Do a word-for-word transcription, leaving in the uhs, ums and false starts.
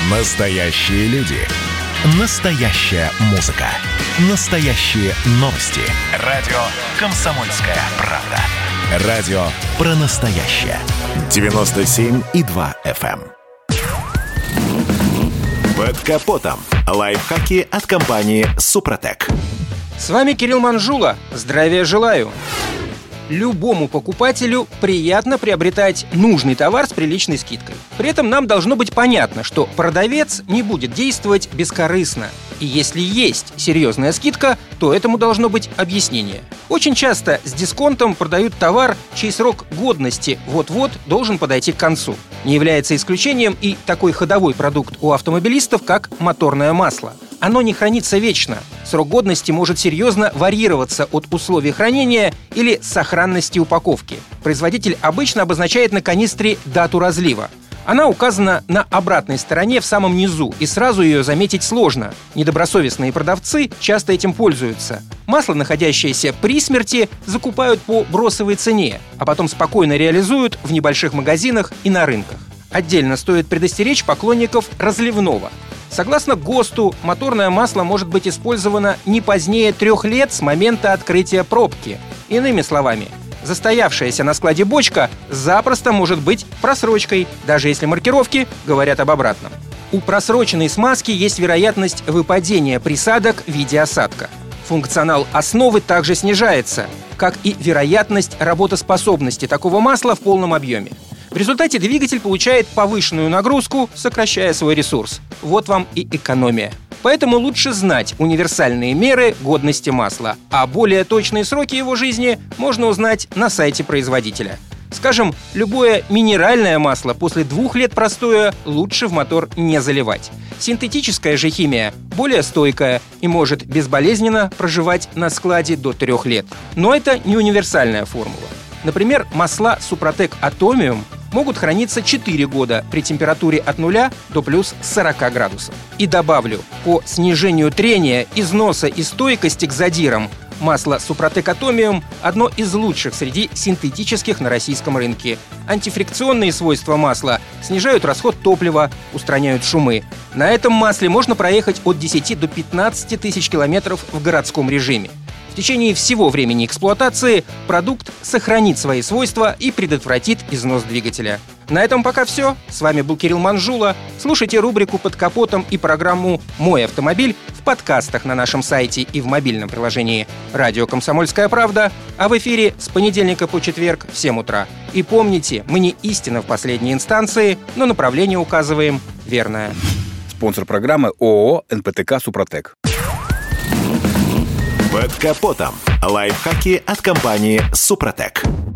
Настоящие люди. Настоящая музыка. Настоящие новости. Радио «Комсомольская правда». Радио про настоящее. девяносто семь и два эф эм. Под капотом. Лайфхаки от компании «Супротек». С вами Кирилл Манжула. Здравия желаю. Любому покупателю приятно приобретать нужный товар с приличной скидкой. При этом нам должно быть понятно, что продавец не будет действовать бескорыстно. И если есть серьезная скидка, то этому должно быть объяснение. Очень часто с дисконтом продают товар, чей срок годности вот-вот должен подойти к концу. Не является исключением и такой ходовой продукт у автомобилистов, как моторное масло. Оно не хранится вечно. Срок годности может серьезно варьироваться от условий хранения или сохранности упаковки. Производитель обычно обозначает на канистре дату разлива. Она указана на обратной стороне в самом низу, и сразу ее заметить сложно. Недобросовестные продавцы часто этим пользуются. Масло, находящееся при смерти, закупают по бросовой цене, а потом спокойно реализуют в небольших магазинах и на рынках. Отдельно стоит предостеречь поклонников разливного. Согласно ГОСТу, моторное масло может быть использовано не позднее трех лет с момента открытия пробки. Иными словами, застоявшаяся на складе бочка запросто может быть просрочкой, даже если маркировки говорят об обратном. У просроченной смазки есть вероятность выпадения присадок в виде осадка. Функционал основы также снижается, как и вероятность работоспособности такого масла в полном объеме. В результате двигатель получает повышенную нагрузку, сокращая свой ресурс. Вот вам и экономия. Поэтому лучше знать универсальные меры годности масла, а более точные сроки его жизни можно узнать на сайте производителя. Скажем, любое минеральное масло после двух лет простоя лучше в мотор не заливать. Синтетическая же химия более стойкая и может безболезненно проживать на складе до трех лет. Но это не универсальная формула. Например, масла Супротек Атомиум могут храниться четыре года при температуре от нуля до плюс сорок градусов. И добавлю, по снижению трения, износа и стойкости к задирам масло Супротек Атомиум одно из лучших среди синтетических на российском рынке. Антифрикционные свойства масла снижают расход топлива, устраняют шумы. На этом масле можно проехать от десяти до пятнадцати тысяч километров в городском режиме. В течение всего времени эксплуатации продукт сохранит свои свойства и предотвратит износ двигателя. На этом пока все. С вами был Кирилл Манжула. Слушайте рубрику «Под капотом» и программу «Мой автомобиль» в подкастах на нашем сайте и в мобильном приложении «Радио Комсомольская правда», а в эфире с понедельника по четверг в семь утра. И помните, мы не истина в последней инстанции, но направление указываем верное. Спонсор программы ООО «эн пэ тэ ка Супротек». Под капотом. Лайфхаки от компании «Супротек».